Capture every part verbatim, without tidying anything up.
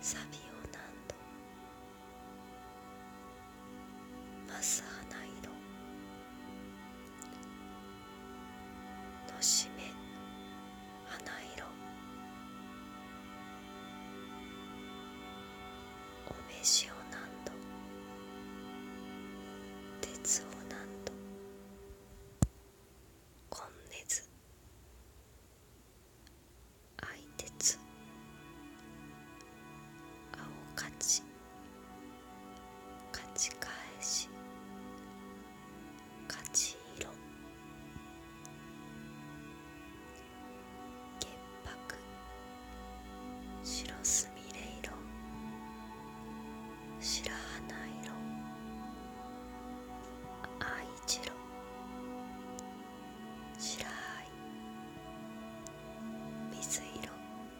サビオナンドマス花色のしめ花色おめしオナンド鉄オナンドコンネズ愛鉄青勝ち勝ち返し勝ち色潔白白すみれ色白花色愛白白愛水色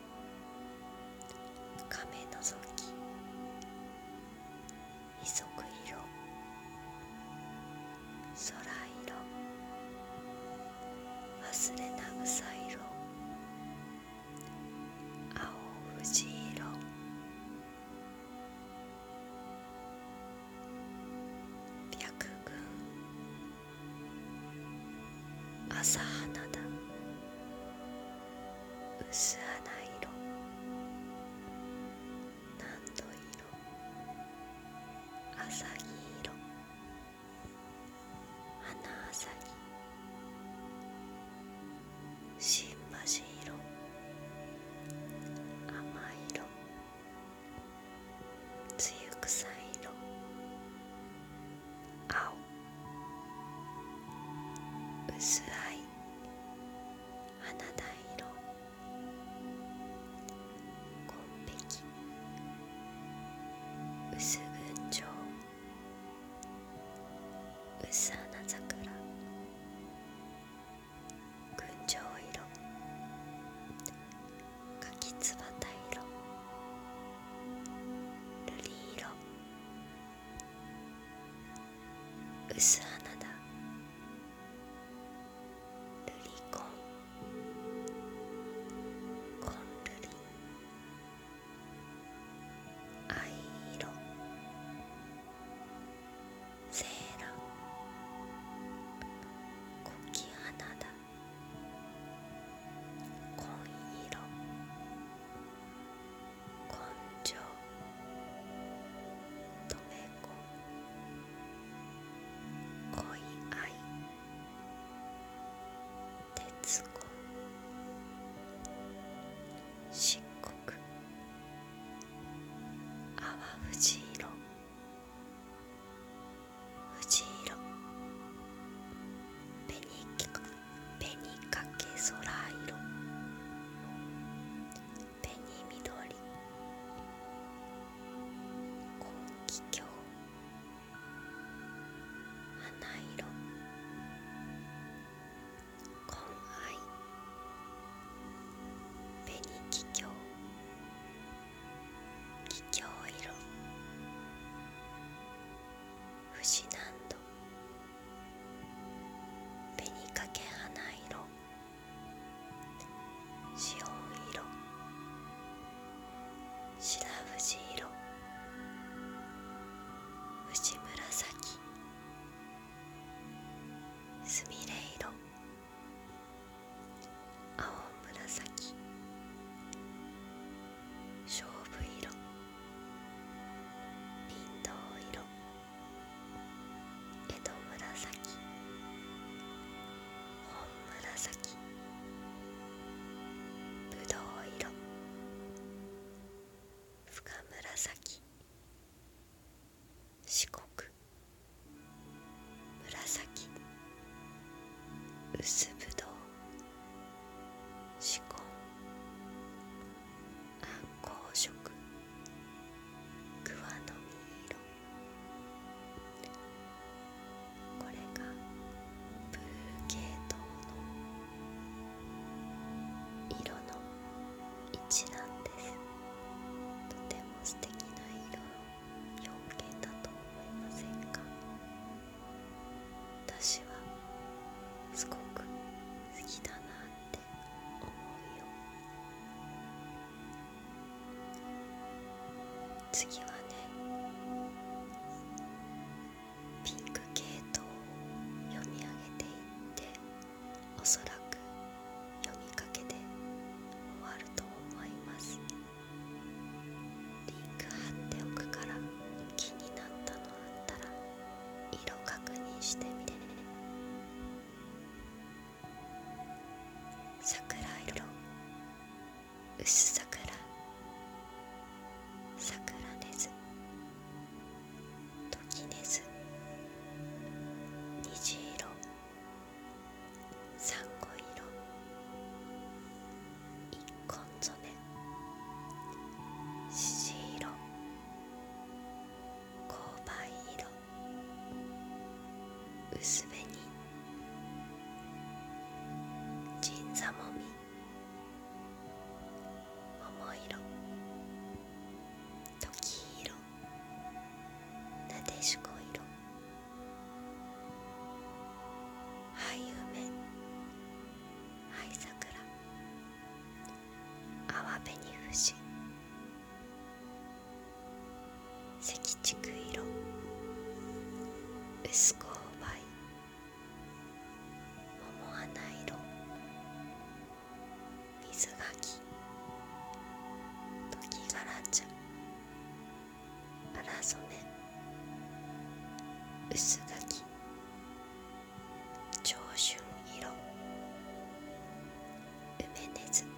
亀のぞき遺族色空色忘れな草色青藤色白軍朝花だ薄花色何度色あさぎ色花あさぎ新橋色甘色つゆくさ色青薄藍花田色紺碧薄群青薄花桜群青色柿つばた色瑠璃色薄花だ瑠璃紺紺瑠璃藍色セーラ小木花だ紺色紺青とめこ恋愛鉄子漆黒淡藤色藤色紅か紅かけ空色紅緑金桔梗花色紺愛紅桔梗桔梗色藤南度紅かけ花色潮色白藤色藤紫すみれ色青紫勝負色林道色江戸紫本紫ぶどう色深紫四国紫薄ぶどう紫紺暗光色桑の実色これがブルー系統の色の一覧です。とても素敵な色の表現だと思いませんか？私はすごく次はね、ピンク系統を読み上げていって、おそらく読みかけで終わると思います。リンク貼っておくから、気になったのあったら色確認してみてね。桜色、薄桜、桜根津、時根津、虹色、サンゴ色、一根染め、獅子色、紅梅色、薄紅、陣座もみ、桃色、時色、なでしこ色、灰梅、灰桜、淡紅富士、赤竹色、薄紅梅、桃花色、水柿、時柄茶、荒染め、薄柿、長春色、梅根津、